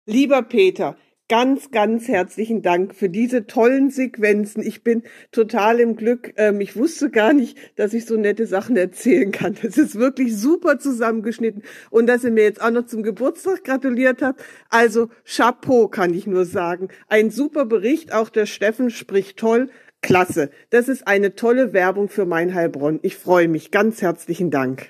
Lieber Peter, ganz, ganz herzlichen Dank für diese tollen Sequenzen. Ich bin total im Glück. Ich wusste gar nicht, dass ich so nette Sachen erzählen kann. Das ist wirklich super zusammengeschnitten. Und dass ihr mir jetzt auch noch zum Geburtstag gratuliert habt. Also Chapeau, kann ich nur sagen. Ein super Bericht. Auch der Steffen spricht toll. Klasse. Das ist eine tolle Werbung für mein Heilbronn. Ich freue mich. Ganz herzlichen Dank.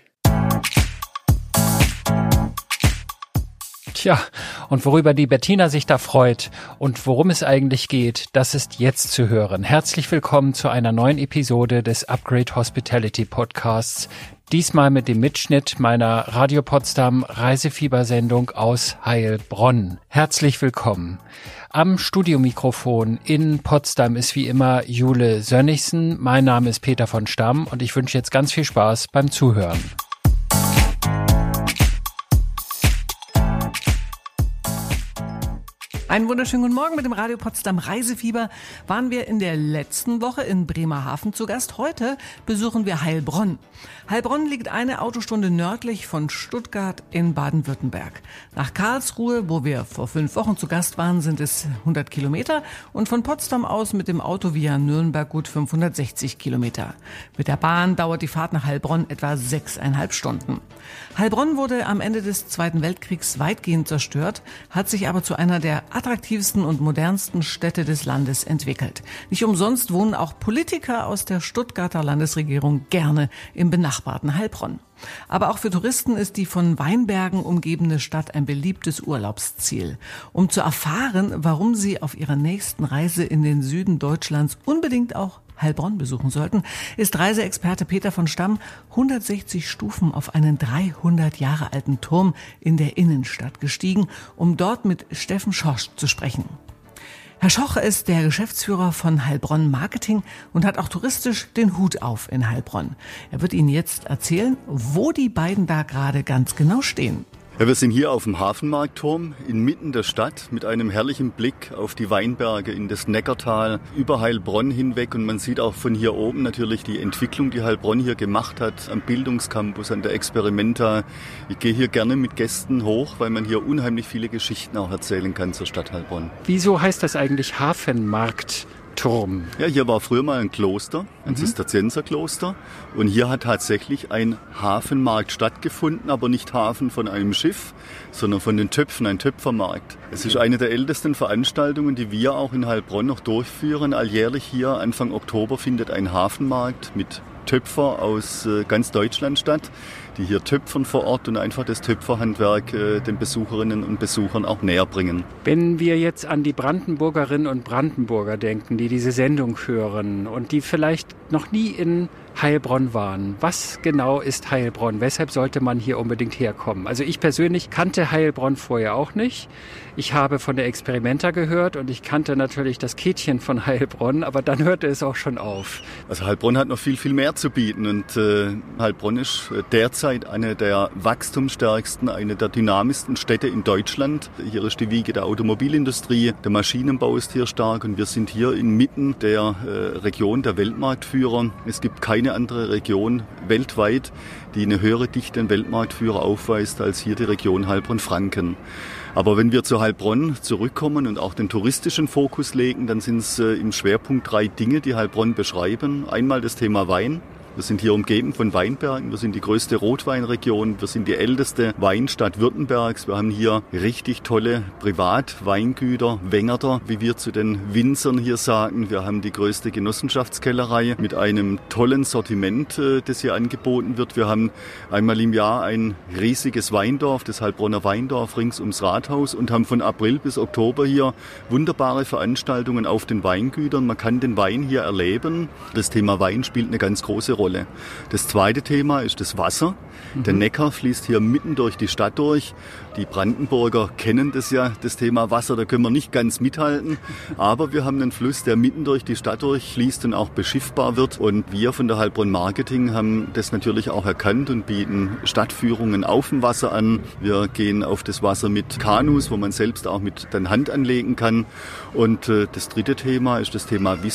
Tja, und worüber die Bettina sich da freut und worum es eigentlich geht, das ist jetzt zu hören. Herzlich willkommen zu einer neuen Episode des Upgrade Hospitality Podcasts. Diesmal mit dem Mitschnitt meiner Radio Potsdam Reisefiebersendung aus Heilbronn. Herzlich willkommen. Am Studiomikrofon in Potsdam ist wie immer Jule Sönnigsen. Mein Name ist Peter von Stamm und ich wünsche jetzt ganz viel Spaß beim Zuhören. Einen wunderschönen guten Morgen mit dem Radio Potsdam Reisefieber. Waren wir in der letzten Woche in Bremerhaven zu Gast. Heute besuchen wir Heilbronn. Heilbronn liegt eine Autostunde nördlich von Stuttgart in Baden-Württemberg. Nach Karlsruhe, wo wir vor 5 Wochen zu Gast waren, sind es 100 Kilometer und von Potsdam aus mit dem Auto via Nürnberg gut 560 Kilometer. Mit der Bahn dauert die Fahrt nach Heilbronn etwa 6,5 Stunden. Heilbronn wurde am Ende des Zweiten Weltkriegs weitgehend zerstört, hat sich aber zu einer der attraktivsten und modernsten Städte des Landes entwickelt. Nicht umsonst wohnen auch Politiker aus der Stuttgarter Landesregierung gerne im benachbarten Heilbronn. Aber auch für Touristen ist die von Weinbergen umgebene Stadt ein beliebtes Urlaubsziel. Um zu erfahren, warum sie auf ihrer nächsten Reise in den Süden Deutschlands unbedingt auch Heilbronn besuchen sollten, ist Reiseexperte Peter von Stamm 160 Stufen auf einen 300 Jahre alten Turm in der Innenstadt gestiegen, um dort mit Steffen Schorsch zu sprechen. Herr Schoch ist der Geschäftsführer von Heilbronn Marketing und hat auch touristisch den Hut auf in Heilbronn. Er wird Ihnen jetzt erzählen, wo die beiden da gerade ganz genau stehen. Ja, wir sind hier auf dem Hafenmarktturm inmitten der Stadt mit einem herrlichen Blick auf die Weinberge in das Neckartal über Heilbronn hinweg. Und man sieht auch von hier oben natürlich die Entwicklung, die Heilbronn hier gemacht hat, am Bildungscampus, an der Experimenta. Ich gehe hier gerne mit Gästen hoch, weil man hier unheimlich viele Geschichten auch erzählen kann zur Stadt Heilbronn. Wieso heißt das eigentlich Hafenmarkt? Turm. Ja, hier war früher mal ein Kloster, ein Zisterzienserkloster. Und hier hat tatsächlich ein Hafenmarkt stattgefunden, aber nicht Hafen von einem Schiff, sondern von den Töpfen, ein Töpfermarkt. Es ist eine der ältesten Veranstaltungen, die wir auch in Heilbronn noch durchführen. Alljährlich hier, Anfang Oktober, findet ein Hafenmarkt mit Töpfer aus ganz Deutschland statt, die hier töpfern vor Ort und einfach das Töpferhandwerk den Besucherinnen und Besuchern auch näher bringen. Wenn wir jetzt an die Brandenburgerinnen und Brandenburger denken, die diese Sendung hören und die vielleicht noch nie in Heilbronn waren. Was genau ist Heilbronn? Weshalb sollte man hier unbedingt herkommen? Also ich persönlich kannte Heilbronn vorher auch nicht. Ich habe von der Experimenta gehört und ich kannte natürlich das Käthchen von Heilbronn, aber dann hörte es auch schon auf. Also Heilbronn hat noch viel, viel mehr zu bieten und Heilbronn ist derzeit eine der wachstumsstärksten, eine der dynamischsten Städte in Deutschland. Hier ist die Wiege der Automobilindustrie, der Maschinenbau ist hier stark und wir sind hier inmitten der Region der Weltmarktführer. Es gibt keine andere Region weltweit, die eine höhere Dichte an Weltmarktführer aufweist als hier die Region Heilbronn-Franken. Aber wenn wir zu Heilbronn zurückkommen und auch den touristischen Fokus legen, dann sind es im Schwerpunkt 3 Dinge, die Heilbronn beschreiben. Einmal das Thema Wein. Wir sind hier umgeben von Weinbergen, wir sind die größte Rotweinregion, wir sind die älteste Weinstadt Württembergs. Wir haben hier richtig tolle Privatweingüter, Wengerter, wie wir zu den Winzern hier sagen. Wir haben die größte Genossenschaftskellerei mit einem tollen Sortiment, das hier angeboten wird. Wir haben einmal im Jahr ein riesiges Weindorf, das Heilbronner Weindorf rings ums Rathaus und haben von April bis Oktober hier wunderbare Veranstaltungen auf den Weingütern. Man kann den Wein hier erleben. Das Thema Wein spielt eine ganz große Rolle. Das zweite Thema ist das Wasser. Der Neckar fließt hier mitten durch die Stadt durch. Die Brandenburger kennen das ja, das Thema Wasser, da können wir nicht ganz mithalten. Aber wir haben einen Fluss, der mitten durch die Stadt durchfließt und auch beschiffbar wird. Und wir von der Heilbronn Marketing haben das natürlich auch erkannt und bieten Stadtführungen auf dem Wasser an. Wir gehen auf das Wasser mit Kanus, wo man selbst auch mit der Hand anlegen kann. Und das dritte Thema ist das Thema Wissen.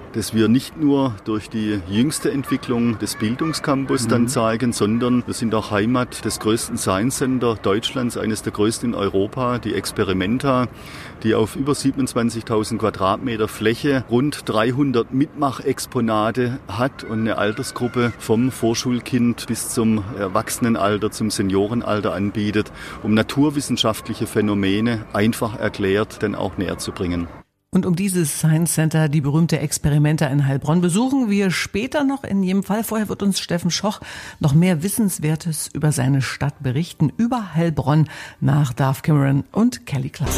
das wir nicht nur durch die jüngste Entwicklung des Bildungscampus dann zeigen, sondern wir sind auch Heimat des größten Science Center Deutschlands, eines der größten in Europa, die Experimenta, die auf über 27.000 Quadratmeter Fläche rund 300 Mitmachexponate hat und eine Altersgruppe vom Vorschulkind bis zum Erwachsenenalter, zum Seniorenalter anbietet, um naturwissenschaftliche Phänomene einfach erklärt dann auch näher zu bringen. Und um dieses Science Center, die berühmte Experimenta in Heilbronn, besuchen wir später noch in jedem Fall. Vorher wird uns Steffen Schoch noch mehr Wissenswertes über seine Stadt berichten, über Heilbronn nach Dove Cameron und Kelly Clarkson.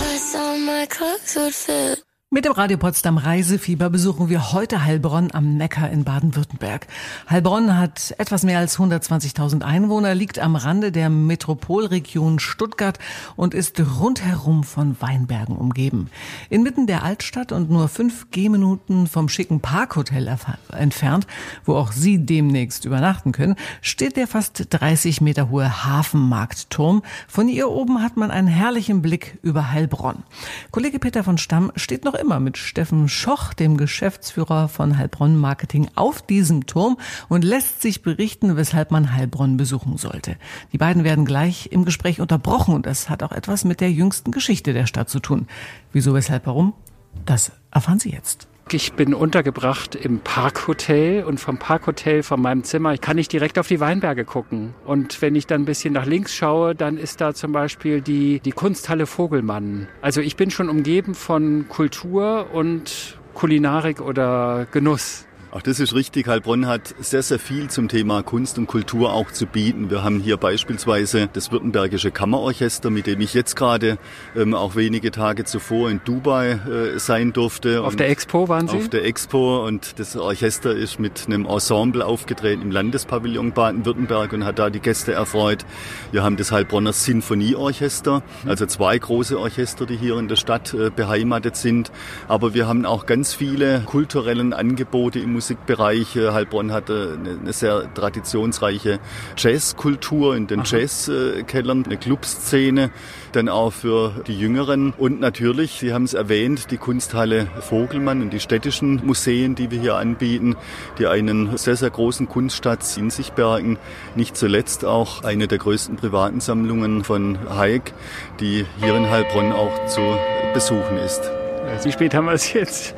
Mit dem Radio Potsdam Reisefieber besuchen wir heute Heilbronn am Neckar in Baden-Württemberg. Heilbronn hat etwas mehr als 120.000 Einwohner, liegt am Rande der Metropolregion Stuttgart und ist rundherum von Weinbergen umgeben. Inmitten der Altstadt und nur 5 Gehminuten vom schicken Parkhotel entfernt, wo auch Sie demnächst übernachten können, steht der fast 30 Meter hohe Hafenmarktturm. Von hier oben hat man einen herrlichen Blick über Heilbronn. Kollege Peter von Stamm steht noch immer mit Steffen Schoch, dem Geschäftsführer von Heilbronn Marketing, auf diesem Turm und lässt sich berichten, weshalb man Heilbronn besuchen sollte. Die beiden werden gleich im Gespräch unterbrochen und das hat auch etwas mit der jüngsten Geschichte der Stadt zu tun. Wieso, weshalb, warum? Das erfahren Sie jetzt. Ich bin untergebracht im Parkhotel und vom Parkhotel, von meinem Zimmer, kann ich direkt auf die Weinberge gucken. Und wenn ich dann ein bisschen nach links schaue, dann ist da zum Beispiel die Kunsthalle Vogelmann. Also ich bin schon umgeben von Kultur und Kulinarik oder Genuss. Ach, das ist richtig. Heilbronn hat sehr, sehr viel zum Thema Kunst und Kultur auch zu bieten. Wir haben hier beispielsweise das Württembergische Kammerorchester, mit dem ich jetzt gerade auch wenige Tage zuvor in Dubai sein durfte. Auf der Expo waren Sie? Auf der Expo, und das Orchester ist mit einem Ensemble aufgetreten im Landespavillon Baden-Württemberg und hat da die Gäste erfreut. Wir haben das Heilbronner Sinfonieorchester, also 2 große Orchester, die hier in der Stadt beheimatet sind. Aber wir haben auch ganz viele kulturelle Angebote im Musikbereich. Heilbronn hat eine sehr traditionsreiche Jazzkultur in den Jazzkellern, eine Clubszene, dann auch für die Jüngeren. Und natürlich, Sie haben es erwähnt, die Kunsthalle Vogelmann und die städtischen Museen, die wir hier anbieten, die einen sehr, sehr großen Kunstschatz in sich bergen. Nicht zuletzt auch eine der größten privaten Sammlungen von Hayek, die hier in Heilbronn auch zu besuchen ist. Wie spät haben wir es jetzt?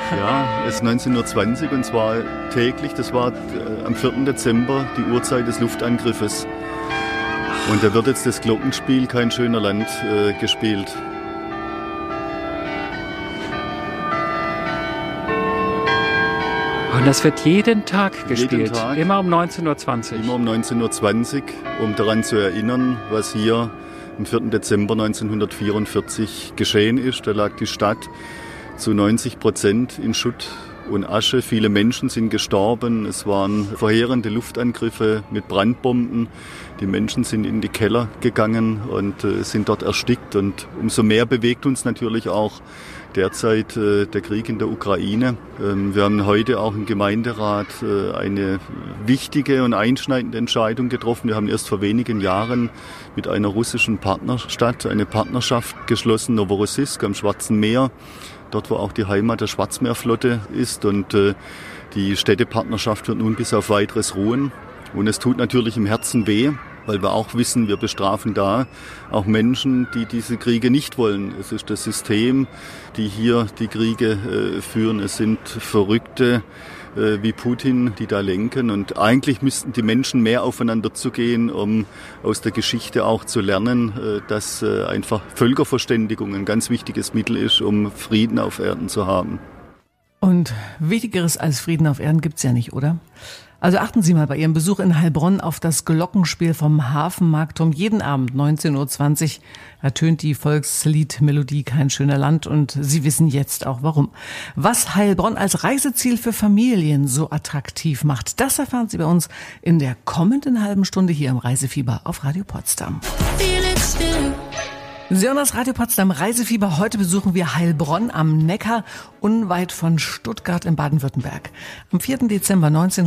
Ja, es ist 19:20 Uhr und zwar täglich, das war am 4. Dezember die Uhrzeit des Luftangriffes. Und da wird jetzt das Glockenspiel Kein schöner Land gespielt. Und das wird jeden Tag gespielt? Jeden Tag. Immer um 19:20 Uhr? Immer um 19:20 Uhr, um daran zu erinnern, was hier am 4. Dezember 1944 geschehen ist. Da lag die Stadt zu 90% in Schutt und Asche. Viele Menschen sind gestorben. Es waren verheerende Luftangriffe mit Brandbomben. Die Menschen sind in die Keller gegangen und sind dort erstickt. Und umso mehr bewegt uns natürlich auch derzeit der Krieg in der Ukraine. Wir haben heute auch im Gemeinderat eine wichtige und einschneidende Entscheidung getroffen. Wir haben erst vor wenigen Jahren mit einer russischen Partnerstadt eine Partnerschaft geschlossen, Novorossiysk am Schwarzen Meer. Dort, wo auch die Heimat der Schwarzmeerflotte ist, und die Städtepartnerschaft wird nun bis auf Weiteres ruhen. Und es tut natürlich im Herzen weh, weil wir auch wissen, wir bestrafen da auch Menschen, die diese Kriege nicht wollen. Es ist das System, die hier die Kriege führen. Es sind Verrückte wie Putin, die da lenken. Und eigentlich müssten die Menschen mehr aufeinander zugehen, um aus der Geschichte auch zu lernen, dass einfach Völkerverständigung ein ganz wichtiges Mittel ist, um Frieden auf Erden zu haben. Und Wichtigeres als Frieden auf Erden gibt's ja nicht, oder? Also achten Sie mal bei Ihrem Besuch in Heilbronn auf das Glockenspiel vom Hafenmarktturm. Jeden Abend 19:20 Uhr ertönt die Volksliedmelodie Kein schöner Land, und Sie wissen jetzt auch warum. Was Heilbronn als Reiseziel für Familien so attraktiv macht, das erfahren Sie bei uns in der kommenden halben Stunde hier im Reisefieber auf Radio Potsdam. Sie hören das Radio Potsdam Reisefieber. Heute besuchen wir Heilbronn am Neckar, unweit von Stuttgart in Baden-Württemberg. Am 4. Dezember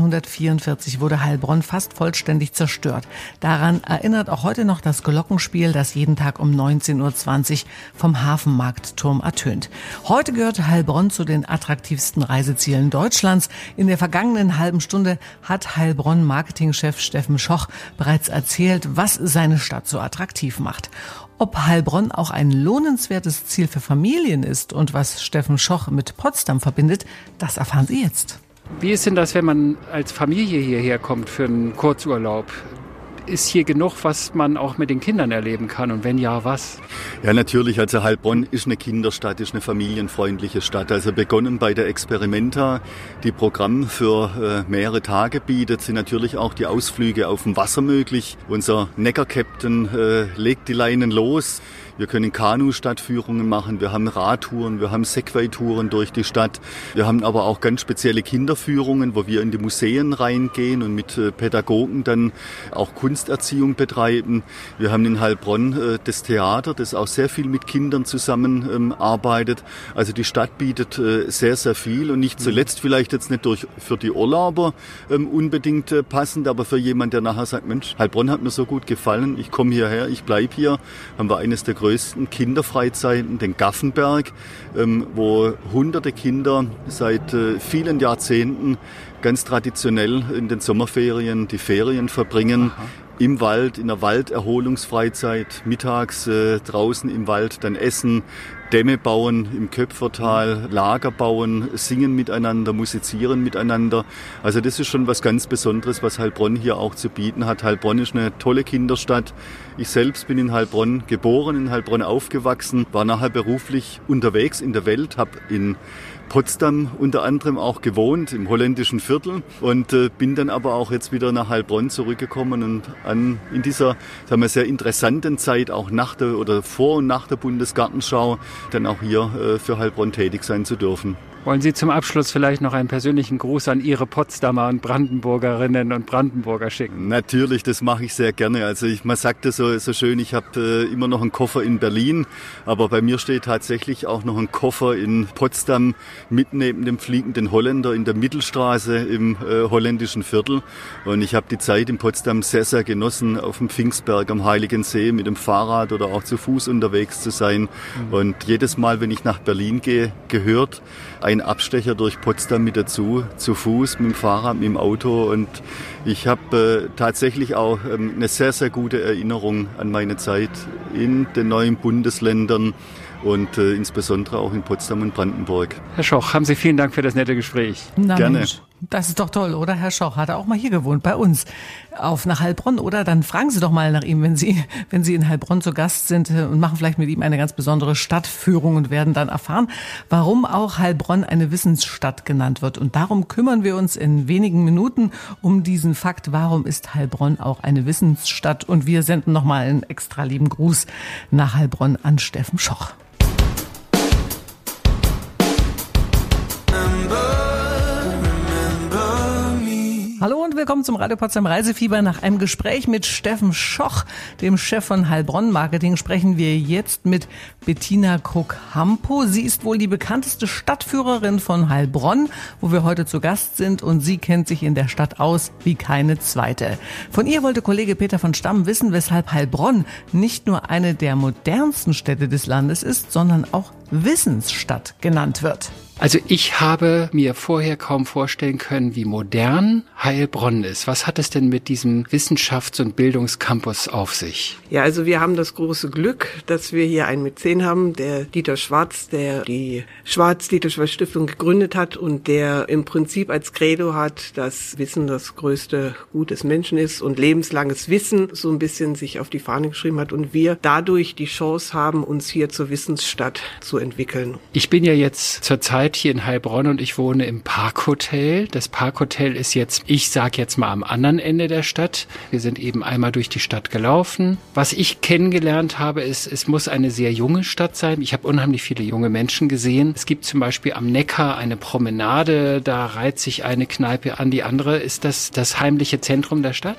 1944 wurde Heilbronn fast vollständig zerstört. Daran erinnert auch heute noch das Glockenspiel, das jeden Tag um 19.20 Uhr vom Hafenmarktturm ertönt. Heute gehört Heilbronn zu den attraktivsten Reisezielen Deutschlands. In der vergangenen halben Stunde hat Heilbronn-Marketingchef Steffen Schoch bereits erzählt, was seine Stadt so attraktiv macht. Ob Heilbronn auch ein lohnenswertes Ziel für Familien ist und was Steffen Schoch mit Potsdam verbindet, das erfahren Sie jetzt. Wie ist denn das, wenn man als Familie hierher kommt für einen Kurzurlaub? Ist hier genug, was man auch mit den Kindern erleben kann? Und wenn ja, was? Ja, natürlich. Also Heilbronn ist eine Kinderstadt, ist eine familienfreundliche Stadt. Also begonnen bei der Experimenta, die Programm für mehrere Tage bietet, sind natürlich auch die Ausflüge auf dem Wasser möglich. Unser Neckar-Captain legt die Leinen los. Wir können Kanu-Stadtführungen machen, wir haben Radtouren, wir haben Segway-Touren durch die Stadt. Wir haben aber auch ganz spezielle Kinderführungen, wo wir in die Museen reingehen und mit Pädagogen dann auch Kunsterziehung betreiben. Wir haben in Heilbronn das Theater, das auch sehr viel mit Kindern zusammenarbeitet. Also die Stadt bietet sehr, sehr viel und nicht zuletzt vielleicht jetzt nicht für die Urlauber unbedingt passend, aber für jemanden, der nachher sagt, Mensch, Heilbronn hat mir so gut gefallen, ich komme hierher, ich bleibe hier, haben wir eines der größten Kinderfreizeiten, den Gaffenberg, wo hunderte Kinder seit vielen Jahrzehnten ganz traditionell in den Sommerferien die Ferien verbringen. Aha. Im Wald, in der Walderholungsfreizeit, mittags draußen im Wald dann essen, Dämme bauen im Köpfertal, Lager bauen, singen miteinander, musizieren miteinander. Also das ist schon was ganz Besonderes, was Heilbronn hier auch zu bieten hat. Heilbronn ist eine tolle Kinderstadt. Ich selbst bin in Heilbronn geboren, in Heilbronn aufgewachsen, war nachher beruflich unterwegs in der Welt, habe in Potsdam unter anderem auch gewohnt, im holländischen Viertel und bin dann aber auch jetzt wieder nach Heilbronn zurückgekommen und in dieser, sagen wir, sehr interessanten Zeit, auch vor und nach der Bundesgartenschau, dann auch hier für Heilbronn tätig sein zu dürfen. Wollen Sie zum Abschluss vielleicht noch einen persönlichen Gruß an Ihre Potsdamer und Brandenburgerinnen und Brandenburger schicken? Natürlich, das mache ich sehr gerne. Also man sagt es so schön, ich habe immer noch einen Koffer in Berlin, aber bei mir steht tatsächlich auch noch ein Koffer in Potsdam, mitten neben dem fliegenden Holländer in der Mittelstraße im holländischen Viertel. Und ich habe die Zeit in Potsdam sehr, sehr genossen, auf dem Pfingstberg am Heiligen See mit dem Fahrrad oder auch zu Fuß unterwegs zu sein. Und jedes Mal, wenn ich nach Berlin gehe, gehört ein Abstecher durch Potsdam mit dazu, zu Fuß, mit dem Fahrrad, mit dem Auto. Und ich habe tatsächlich auch eine sehr, sehr gute Erinnerung an meine Zeit in den neuen Bundesländern und insbesondere auch in Potsdam und Brandenburg. Herr Schoch, haben Sie vielen Dank für das nette Gespräch. Na, gerne. Mensch, das ist doch toll, oder? Herr Schoch hat auch mal hier gewohnt, bei uns, nach Heilbronn, oder? Dann fragen Sie doch mal nach ihm, wenn Sie in Heilbronn zu Gast sind und machen vielleicht mit ihm eine ganz besondere Stadtführung und werden dann erfahren, warum auch Heilbronn eine Wissensstadt genannt wird. Und darum kümmern wir uns in wenigen Minuten um diesen Fakt, warum ist Heilbronn auch eine Wissensstadt? Und wir senden nochmal einen extra lieben Gruß nach Heilbronn an Steffen Schoch. Hallo und willkommen zum Radio Potsdam Reisefieber. Nach einem Gespräch mit Steffen Schoch, dem Chef von Heilbronn Marketing, sprechen wir jetzt mit Bettina Kruk-Hampo. Sie ist wohl die bekannteste Stadtführerin von Heilbronn, wo wir heute zu Gast sind, und sie kennt sich in der Stadt aus wie keine zweite. Von ihr wollte Kollege Peter von Stamm wissen, weshalb Heilbronn nicht nur eine der modernsten Städte des Landes ist, sondern auch Wissensstadt genannt wird. Also ich habe mir vorher kaum vorstellen können, wie modern Heilbronn ist. Was hat es denn mit diesem Wissenschafts- und Bildungscampus auf sich? Ja, also wir haben das große Glück, dass wir hier einen Mäzen haben, der Dieter Schwarz, der die Schwarz-Dieter-Schwarz-Stiftung gegründet hat und der im Prinzip als Credo hat, dass Wissen das größte Gut des Menschen ist und lebenslanges Wissen so ein bisschen sich auf die Fahne geschrieben hat und wir dadurch die Chance haben, uns hier zur Wissensstadt zu entwickeln. Ich bin ja jetzt zurzeit hier in Heilbronn und ich wohne im Parkhotel. Das Parkhotel ist jetzt, ich sage jetzt mal, am anderen Ende der Stadt. Wir sind eben einmal durch die Stadt gelaufen. Was ich kennengelernt habe, ist, es muss eine sehr junge Stadt sein. Ich habe unheimlich viele junge Menschen gesehen. Es gibt zum Beispiel am Neckar eine Promenade, da reiht sich eine Kneipe an die andere. Ist das das heimliche Zentrum der Stadt?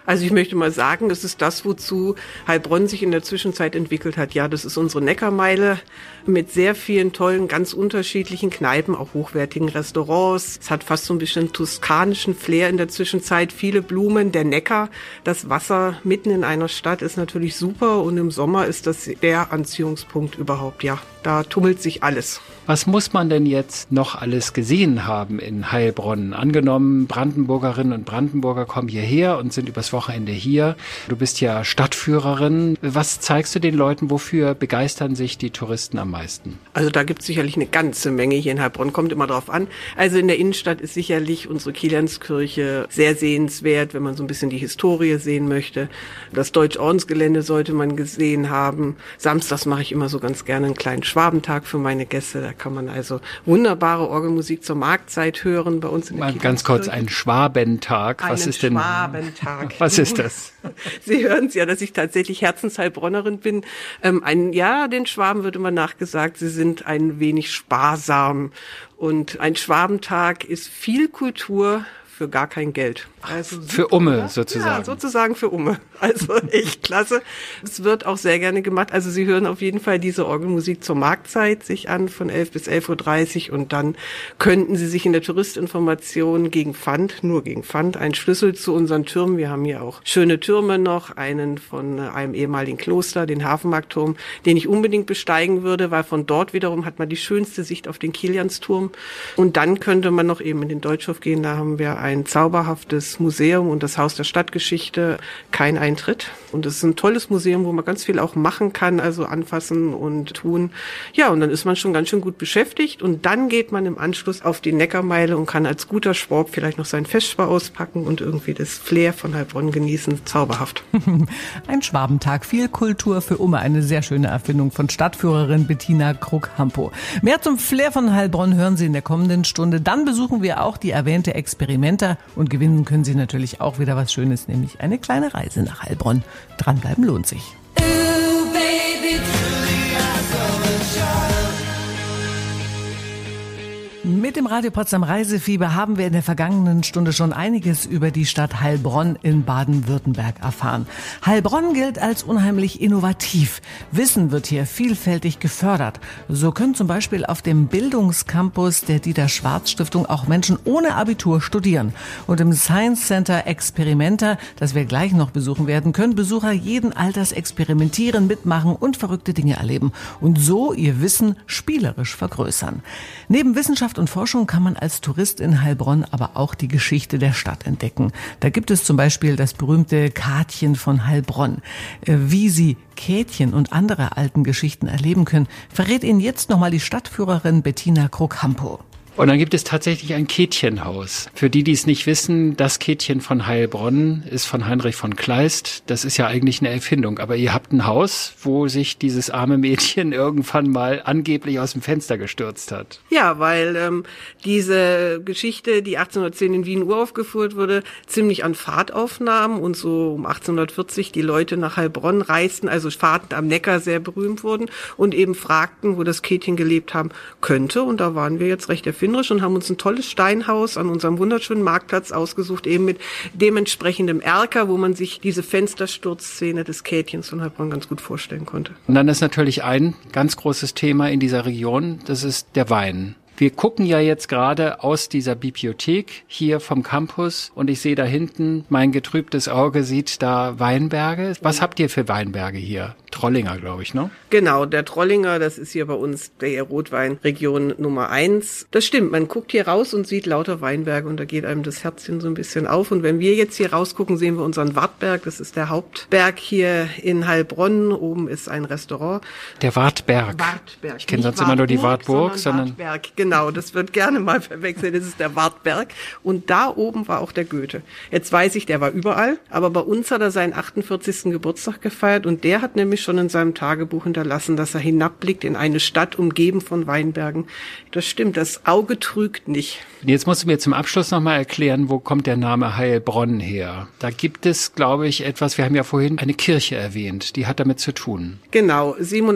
Also ich möchte mal sagen, das ist das, wozu Heilbronn sich in der Zwischenzeit entwickelt hat. Ja, das ist unsere Neckarmeile mit sehr vielen tollen, ganz unterschiedlichen Kneipen, auch hochwertigen Restaurants. Es hat fast so ein bisschen toskanischen Flair in der Zwischenzeit. Viele Blumen, der Neckar, das Wasser mitten in einer Stadt ist natürlich super und im Sommer ist das der Anziehungspunkt überhaupt. Ja, da tummelt sich alles. Was muss man denn jetzt noch alles gesehen haben in Heilbronn? Angenommen, Brandenburgerinnen und Brandenburger kommen hierher und sind übers Wochenende hier. Du bist ja Stadtführerin. Was zeigst du den Leuten? Wofür begeistern sich die Touristen am meisten? Also da gibt es sicherlich eine ganze Menge hier in Heilbronn, kommt immer drauf an. Also in der Innenstadt ist sicherlich unsere Kilianskirche sehr sehenswert, wenn man so ein bisschen die Historie sehen möchte. Das Deutsch-Ordensgelände sollte man gesehen haben. Samstags mache ich immer so ganz gerne einen kleinen Schwabentag für meine Gäste. Da kann man also wunderbare Orgelmusik zur Marktzeit hören bei uns in der Kilianskirche. Ganz kurz, ein Schwabentag. Was ist denn? Schwabentag. Was ist das? Sie hören es ja, dass ich tatsächlich Herzensheilbronnerin bin. Den Schwaben wird immer nachgesagt, sie sind ein wenig sparsam. Und ein Schwabentag ist viel Kultur für gar kein Geld. Also für Umme sozusagen. Ja, sozusagen für Umme. Also echt klasse. Es wird auch sehr gerne gemacht. Also Sie hören auf jeden Fall diese Orgelmusik zur Marktzeit sich an von 11 bis 11.30 Uhr und dann könnten Sie sich in der Touristinformation gegen Pfand, nur gegen Pfand, einen Schlüssel zu unseren Türmen. Wir haben hier auch schöne Türme noch, einen von einem ehemaligen Kloster, den Hafenmarktturm, den ich unbedingt besteigen würde, weil von dort wiederum hat man die schönste Sicht auf den Kiliansturm. Und dann könnte man noch eben in den Deutschhof gehen, da haben wir ein zauberhaftes Museum und das Haus der Stadtgeschichte, kein Eintritt. Und es ist ein tolles Museum, wo man ganz viel auch machen kann, also anfassen und tun. Ja, und dann ist man schon ganz schön gut beschäftigt und dann geht man im Anschluss auf die Neckarmeile und kann als guter Schwab vielleicht noch sein Festspar auspacken und irgendwie das Flair von Heilbronn genießen. Zauberhaft. Ein Schwabentag, viel Kultur für Umme, eine sehr schöne Erfindung von Stadtführerin Bettina Kruk-Hampo. Mehr zum Flair von Heilbronn hören Sie in der kommenden Stunde. Dann besuchen wir auch die erwähnte Experimenta und gewinnen können Sie natürlich auch wieder was Schönes, nämlich eine kleine Reise nach Heilbronn. Dranbleiben lohnt sich. Mit dem Radio Potsdam Reisefieber haben wir in der vergangenen Stunde schon einiges über die Stadt Heilbronn in Baden-Württemberg erfahren. Heilbronn gilt als unheimlich innovativ. Wissen wird hier vielfältig gefördert. So können zum Beispiel auf dem Bildungscampus der Dieter-Schwarz-Stiftung auch Menschen ohne Abitur studieren. Und im Science Center Experimenta, das wir gleich noch besuchen werden, können Besucher jeden Alters experimentieren, mitmachen und verrückte Dinge erleben. Und so ihr Wissen spielerisch vergrößern. Neben Wissenschaft und Forschung kann man als Tourist in Heilbronn aber auch die Geschichte der Stadt entdecken. Da gibt es zum Beispiel das berühmte Katjen von Heilbronn. Wie Sie Kätchen und andere alten Geschichten erleben können, verrät Ihnen jetzt nochmal die Stadtführerin Bettina Kruk-Hampo. Und dann gibt es tatsächlich ein Kätchenhaus. Für die, die es nicht wissen, das Kätchen von Heilbronn ist von Heinrich von Kleist. Das ist ja eigentlich eine Erfindung. Aber ihr habt ein Haus, wo sich dieses arme Mädchen irgendwann mal angeblich aus dem Fenster gestürzt hat. Ja, weil diese Geschichte, die 1810 in Wien uraufgeführt wurde, ziemlich an Fahrt aufnahm und so um 1840 die Leute nach Heilbronn reisten, also Fahrten am Neckar sehr berühmt wurden und eben fragten, wo das Kätchen gelebt haben könnte. Und da waren wir jetzt recht erfinderisch und haben uns ein tolles Steinhaus an unserem wunderschönen Marktplatz ausgesucht, eben mit dementsprechendem Erker, wo man sich diese Fenstersturzszene des Kätchens von Heilbronn ganz gut vorstellen konnte. Und dann ist natürlich ein ganz großes Thema in dieser Region, das ist der Wein. Wir gucken ja jetzt gerade aus dieser Bibliothek hier vom Campus und ich sehe da hinten, mein getrübtes Auge sieht da Weinberge. Was habt ihr für Weinberge hier? Trollinger, glaube ich, ne? Genau, der Trollinger, das ist hier bei uns der Rotweinregion Nummer 1. Das stimmt, man guckt hier raus und sieht lauter Weinberge und da geht einem das Herzchen so ein bisschen auf. Und wenn wir jetzt hier rausgucken, sehen wir unseren Wartberg. Das ist der Hauptberg hier in Heilbronn. Oben ist ein Restaurant. Der Wartberg. Wartberg. Ich kenne sonst immer nur die Wartburg, sondern Wartberg. Genau, das wird gerne mal verwechselt. Das ist der Wartberg. Und da oben war auch der Goethe. Jetzt weiß ich, der war überall. Aber bei uns hat er seinen 48. Geburtstag gefeiert und der hat nämlich schon in seinem Tagebuch hinterlassen, dass er hinabblickt in eine Stadt umgeben von Weinbergen. Das stimmt, das Auge trügt nicht. Jetzt musst du mir zum Abschluss nochmal erklären, wo kommt der Name Heilbronn her? Da gibt es, glaube ich, etwas, wir haben ja vorhin eine Kirche erwähnt, die hat damit zu tun. Genau,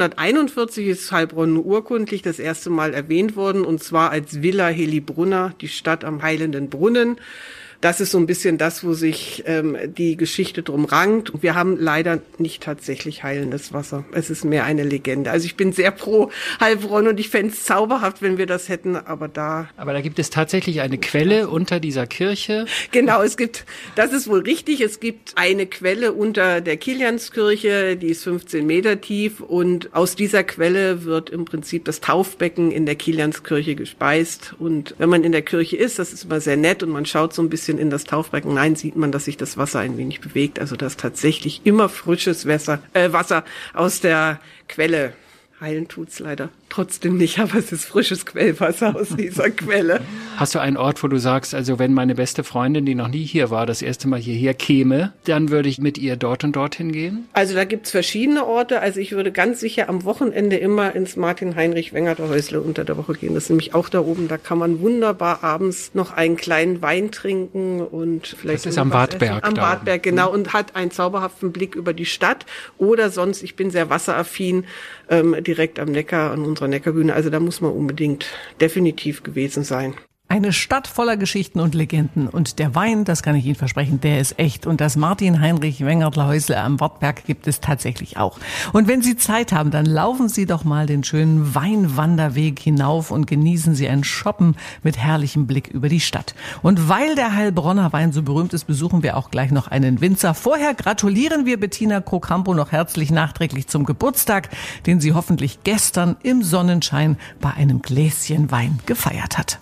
741 ist Heilbronn urkundlich das erste Mal erwähnt worden und zwar als Villa Helibrunna, die Stadt am Heilenden Brunnen. Das ist so ein bisschen das, wo sich die Geschichte drum rankt. Wir haben leider nicht tatsächlich heilendes Wasser. Es ist mehr eine Legende. Also ich bin sehr pro Heilbronn und ich fände es zauberhaft, wenn wir das hätten, aber da gibt es tatsächlich eine Quelle unter dieser Kirche? Genau, das ist wohl richtig, es gibt eine Quelle unter der Kilianskirche, die ist 15 Meter tief und aus dieser Quelle wird im Prinzip das Taufbecken in der Kilianskirche gespeist. Und wenn man in der Kirche ist, das ist immer sehr nett und man schaut so ein bisschen in das Taufbecken rein, sieht man, dass sich das Wasser ein wenig bewegt. Also das ist tatsächlich immer frisches Wasser aus der Quelle. Heilen tut's leider trotzdem nicht, aber es ist frisches Quellwasser aus dieser Quelle. Hast du einen Ort, wo du sagst, also wenn meine beste Freundin, die noch nie hier war, das erste Mal hierher käme, dann würde ich mit ihr dort und dorthin gehen? Also da gibt's verschiedene Orte. Also ich würde ganz sicher am Wochenende immer ins Martin-Heinrich-Wengerter-Häusle unter der Woche gehen. Das ist nämlich auch da oben. Da kann man wunderbar abends noch einen kleinen Wein trinken und vielleicht. Das ist am Wartberg. Am Wartberg, genau. Und hat einen zauberhaften Blick über die Stadt. Oder sonst, ich bin sehr wasseraffin, direkt am Neckar, an unserer Neckarbühne. Also da muss man unbedingt definitiv gewesen sein. Eine Stadt voller Geschichten und Legenden. Und der Wein, das kann ich Ihnen versprechen, der ist echt. Und das Martin-Heinrich-Wengertler-Häusle am Wartberg gibt es tatsächlich auch. Und wenn Sie Zeit haben, dann laufen Sie doch mal den schönen Weinwanderweg hinauf und genießen Sie ein Shoppen mit herrlichem Blick über die Stadt. Und weil der Heilbronner Wein so berühmt ist, besuchen wir auch gleich noch einen Winzer. Vorher gratulieren wir Bettina Krocampo noch herzlich nachträglich zum Geburtstag, den sie hoffentlich gestern im Sonnenschein bei einem Gläschen Wein gefeiert hat.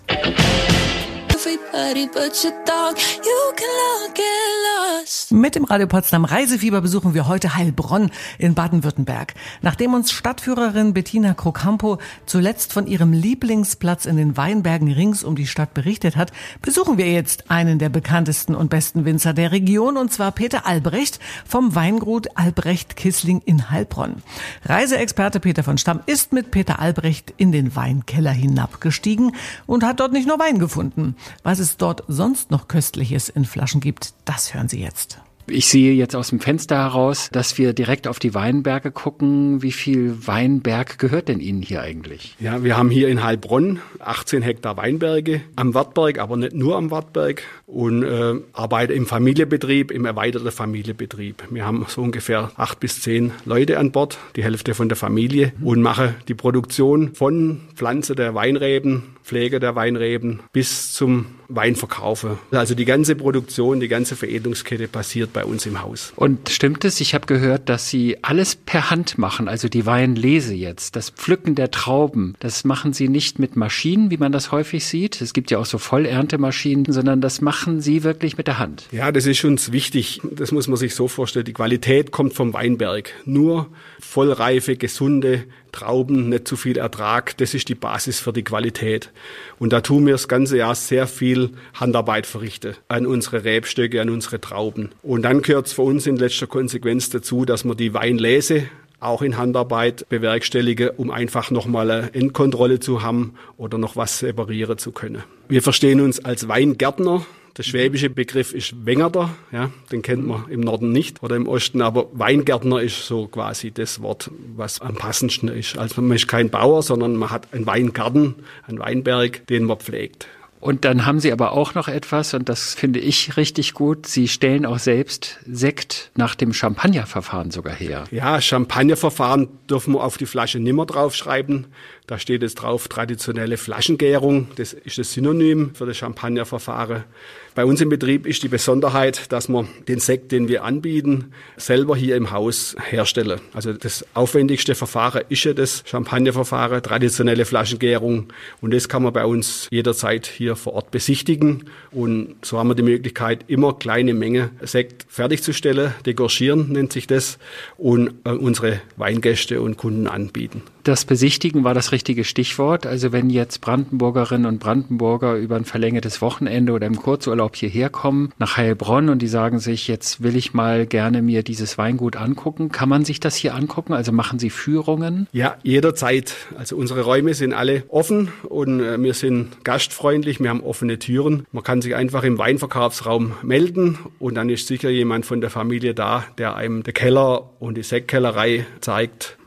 Mit dem Radio Potsdam Reisefieber besuchen wir heute Heilbronn in Baden-Württemberg. Nachdem uns Stadtführerin Bettina Krocampo zuletzt von ihrem Lieblingsplatz in den Weinbergen rings um die Stadt berichtet hat, besuchen wir jetzt einen der bekanntesten und besten Winzer der Region, und zwar Peter Albrecht vom Weingut Albrecht-Kissling in Heilbronn. Reiseexperte Peter von Stamm ist mit Peter Albrecht in den Weinkeller hinabgestiegen und hat dort nicht nur Wein gefunden. Was es dort sonst noch Köstliches in Flaschen gibt, das hören Sie jetzt. Ich sehe jetzt aus dem Fenster heraus, dass wir direkt auf die Weinberge gucken. Wie viel Weinberg gehört denn Ihnen hier eigentlich? Ja, wir haben hier in Heilbronn 18 Hektar Weinberge am Wartberg, aber nicht nur am Wartberg, und arbeite im Familienbetrieb, im erweiterten Familienbetrieb. Wir haben so ungefähr 8 bis 10 Leute an Bord, die Hälfte von der Familie, und mache die Produktion von Pflanze der Weinreben, Pflege der Weinreben bis zum Weinverkaufe. Also die ganze Produktion, die ganze Veredelungskette passiert bei uns im Haus. Und stimmt es? Ich habe gehört, dass Sie alles per Hand machen, also die Weinlese jetzt, das Pflücken der Trauben, das machen Sie nicht mit Maschinen, wie man das häufig sieht. Es gibt ja auch so Vollerntemaschinen, sondern das machen Sie wirklich mit der Hand. Ja, das ist uns wichtig. Das muss man sich so vorstellen. Die Qualität kommt vom Weinberg. Nur vollreife, gesunde Trauben, nicht zu viel Ertrag, das ist die Basis für die Qualität. Und da tun wir das ganze Jahr sehr viel Handarbeit verrichten an unsere Rebstöcke, an unsere Trauben. Und dann gehört es für uns in letzter Konsequenz dazu, dass wir die Weinlese auch in Handarbeit bewerkstelligen, um einfach nochmal eine Endkontrolle zu haben oder noch was separieren zu können. Wir verstehen uns als Weingärtner. Der schwäbische Begriff ist Wengerter, ja, den kennt man im Norden nicht oder im Osten, aber Weingärtner ist so quasi das Wort, was am passendsten ist. Also man ist kein Bauer, sondern man hat einen Weingarten, einen Weinberg, den man pflegt. Und dann haben Sie aber auch noch etwas, und das finde ich richtig gut, Sie stellen auch selbst Sekt nach dem Champagnerverfahren sogar her. Ja, Champagnerverfahren dürfen wir auf die Flasche nimmer draufschreiben. Da steht jetzt drauf traditionelle Flaschengärung. Das ist das Synonym für das Champagnerverfahren. Bei uns im Betrieb ist die Besonderheit, dass wir den Sekt, den wir anbieten, selber hier im Haus herstellen. Also das aufwendigste Verfahren ist ja das Champagnerverfahren, traditionelle Flaschengärung. Und das kann man bei uns jederzeit hier vor Ort besichtigen. Und so haben wir die Möglichkeit, immer kleine Menge Sekt fertigzustellen. Degorgieren nennt sich das. Und unsere Weingäste und Kunden anbieten. Das Besichtigen war das richtige Stichwort. Also wenn jetzt Brandenburgerinnen und Brandenburger über ein verlängertes Wochenende oder im Kurzurlaub hierher kommen, nach Heilbronn, und die sagen sich, jetzt will ich mal gerne mir dieses Weingut angucken, kann man sich das hier angucken? Also machen Sie Führungen? Ja, jederzeit. Also unsere Räume sind alle offen und wir sind gastfreundlich, wir haben offene Türen. Man kann sich einfach im Weinverkaufsraum melden und dann ist sicher jemand von der Familie da, der einem den Keller und die Sektkellerei zeigt.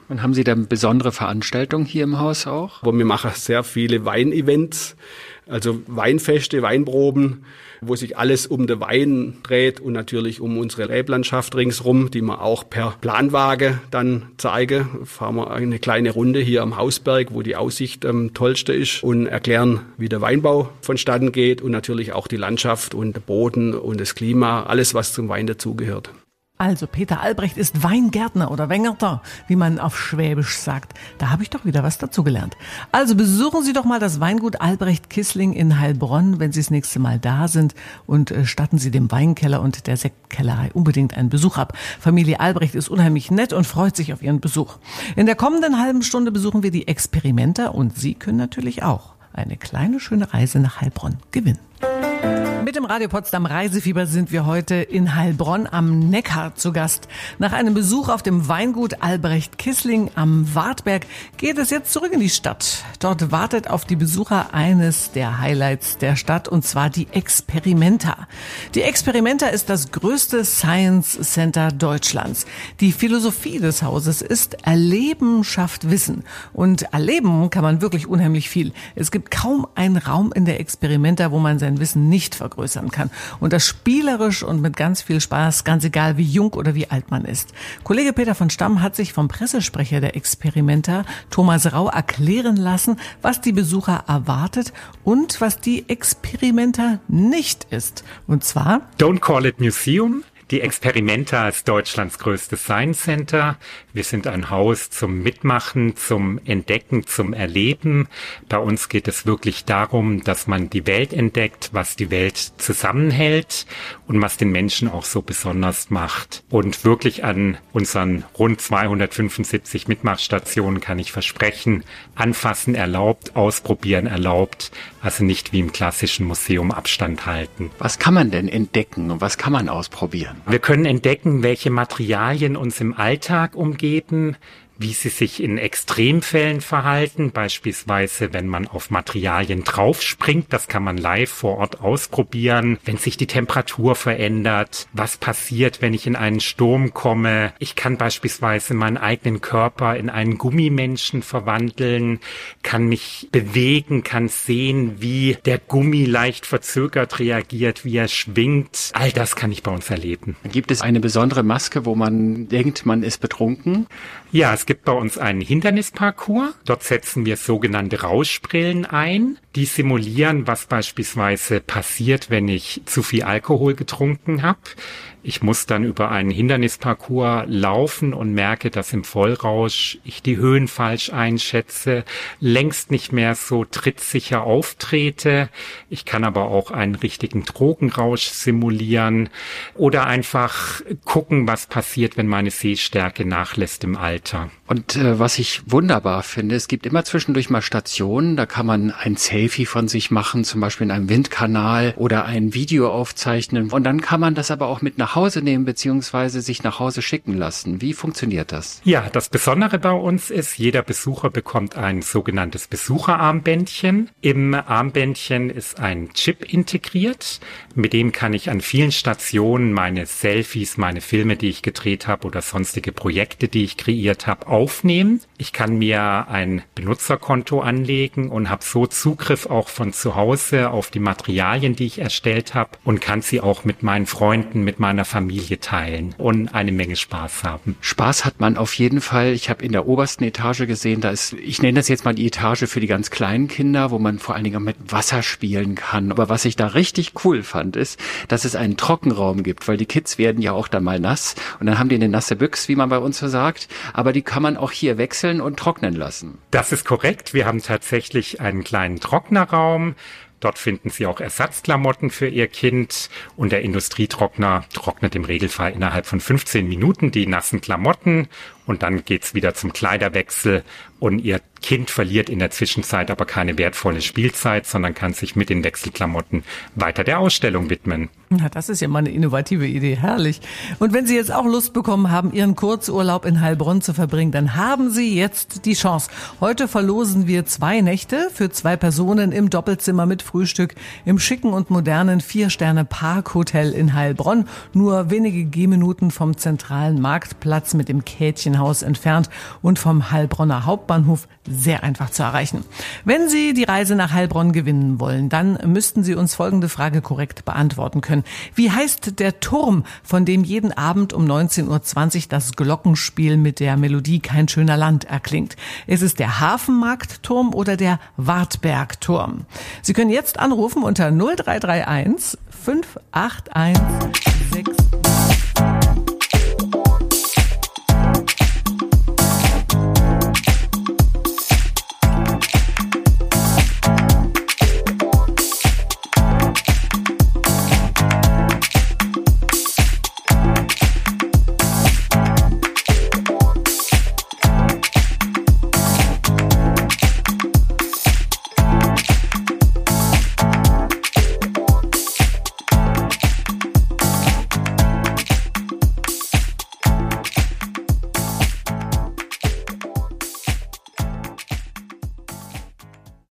Und haben Sie da besondere Veranstaltungen hier im Haus auch? Wir machen sehr viele Weinevents, also Weinfeste, Weinproben, wo sich alles um den Wein dreht und natürlich um unsere Reblandschaft ringsrum, die wir auch per Planwagen dann zeigen. Fahren wir eine kleine Runde hier am Hausberg, wo die Aussicht am tollsten ist, und erklären, wie der Weinbau vonstatten geht und natürlich auch die Landschaft und der Boden und das Klima, alles, was zum Wein dazugehört. Also Peter Albrecht ist Weingärtner oder Wengerter, wie man auf Schwäbisch sagt. Da habe ich doch wieder was dazugelernt. Also besuchen Sie doch mal das Weingut Albrecht Kissling in Heilbronn, wenn Sie das nächste Mal da sind, und statten Sie dem Weinkeller und der Sektkellerei unbedingt einen Besuch ab. Familie Albrecht ist unheimlich nett und freut sich auf Ihren Besuch. In der kommenden halben Stunde besuchen wir die Experimenter und Sie können natürlich auch eine kleine schöne Reise nach Heilbronn gewinnen. Mit dem Radio Potsdam Reisefieber sind wir heute in Heilbronn am Neckar zu Gast. Nach einem Besuch auf dem Weingut Albrecht Kissling am Wartberg geht es jetzt zurück in die Stadt. Dort wartet auf die Besucher eines der Highlights der Stadt, und zwar die Experimenta. Die Experimenta ist das größte Science Center Deutschlands. Die Philosophie des Hauses ist: Erleben schafft Wissen. Und erleben kann man wirklich unheimlich viel. Es gibt kaum einen Raum in der Experimenta, wo man sein Wissen nicht vergrößern kann. Und das spielerisch und mit ganz viel Spaß, ganz egal wie jung oder wie alt man ist. Kollege Peter von Stamm hat sich vom Pressesprecher der Experimenta, Thomas Rau, erklären lassen, was die Besucher erwartet und was die Experimenta nicht ist. Und zwar: Don't call it museum. Die Experimenta ist Deutschlands größtes Science Center. Wir sind ein Haus zum Mitmachen, zum Entdecken, zum Erleben. Bei uns geht es wirklich darum, dass man die Welt entdeckt, was die Welt zusammenhält und was den Menschen auch so besonders macht. Und wirklich an unseren rund 275 Mitmachstationen kann ich versprechen: Anfassen erlaubt, ausprobieren erlaubt. Also nicht wie im klassischen Museum Abstand halten. Was kann man denn entdecken und was kann man ausprobieren? Wir können entdecken, welche Materialien uns im Alltag umgeben, wie sie sich in Extremfällen verhalten, beispielsweise wenn man auf Materialien draufspringt, das kann man live vor Ort ausprobieren, wenn sich die Temperatur verändert, was passiert, wenn ich in einen Sturm komme. Ich kann beispielsweise meinen eigenen Körper in einen Gummimenschen verwandeln, kann mich bewegen, kann sehen, wie der Gummi leicht verzögert reagiert, wie er schwingt. All das kann ich bei uns erleben. Gibt es eine besondere Maske, wo man denkt, man ist betrunken? Ja, es gibt bei uns einen Hindernisparcours. Dort setzen wir sogenannte Rauschbrillen ein. Die simulieren, was beispielsweise passiert, wenn ich zu viel Alkohol getrunken habe. Ich muss dann über einen Hindernisparcours laufen und merke, dass im Vollrausch ich die Höhen falsch einschätze, längst nicht mehr so trittsicher auftrete. Ich kann aber auch einen richtigen Drogenrausch simulieren oder einfach gucken, was passiert, wenn meine Sehstärke nachlässt im Alter. Und was ich wunderbar finde, es gibt immer zwischendurch mal Stationen, da kann man ein Selfie von sich machen, zum Beispiel in einem Windkanal, oder ein Video aufzeichnen. Und dann kann man das aber auch mit nach Hause nehmen bzw. sich nach Hause schicken lassen. Wie funktioniert das? Ja, das Besondere bei uns ist, jeder Besucher bekommt ein sogenanntes Besucherarmbändchen. Im Armbändchen ist ein Chip integriert. Mit dem kann ich an vielen Stationen meine Selfies, meine Filme, die ich gedreht habe, oder sonstige Projekte, die ich kreiert habe, aufnehmen. Ich kann mir ein Benutzerkonto anlegen und habe so Zugriff auch von zu Hause auf die Materialien, die ich erstellt habe, und kann sie auch mit meinen Freunden, mit meiner Familie teilen und eine Menge Spaß haben. Spaß hat man auf jeden Fall. Ich habe in der obersten Etage gesehen, da ist, ich nenne das jetzt mal die Etage für die ganz kleinen Kinder, wo man vor allen Dingen auch mit Wasser spielen kann. Aber was ich da richtig cool fand, ist, dass es einen Trockenraum gibt, weil die Kids werden ja auch dann mal nass und dann haben die eine nasse Büchse, wie man bei uns so sagt, aber die kann man auch hier wechseln und trocknen lassen. Das ist korrekt. Wir haben tatsächlich einen kleinen Trocknerraum. Dort finden Sie auch Ersatzklamotten für Ihr Kind, und der Industrietrockner trocknet im Regelfall innerhalb von 15 Minuten die nassen Klamotten, und dann geht's wieder zum Kleiderwechsel, und Ihr Kind verliert in der Zwischenzeit aber keine wertvolle Spielzeit, sondern kann sich mit den Wechselklamotten weiter der Ausstellung widmen. Na, das ist ja mal eine innovative Idee, herrlich. Und wenn Sie jetzt auch Lust bekommen haben, Ihren Kurzurlaub in Heilbronn zu verbringen, dann haben Sie jetzt die Chance. Heute verlosen wir 2 Nächte für 2 Personen im Doppelzimmer mit Frühstück im schicken und modernen 4-Sterne-Parkhotel in Heilbronn. Nur wenige Gehminuten vom zentralen Marktplatz mit dem Käthchen Steinhaus entfernt und vom Heilbronner Hauptbahnhof sehr einfach zu erreichen. Wenn Sie die Reise nach Heilbronn gewinnen wollen, dann müssten Sie uns folgende Frage korrekt beantworten können. Wie heißt der Turm, von dem jeden Abend um 19.20 Uhr das Glockenspiel mit der Melodie Kein schöner Land erklingt? Ist es der Hafenmarktturm oder der Wartbergturm? Sie können jetzt anrufen unter 0331 581 6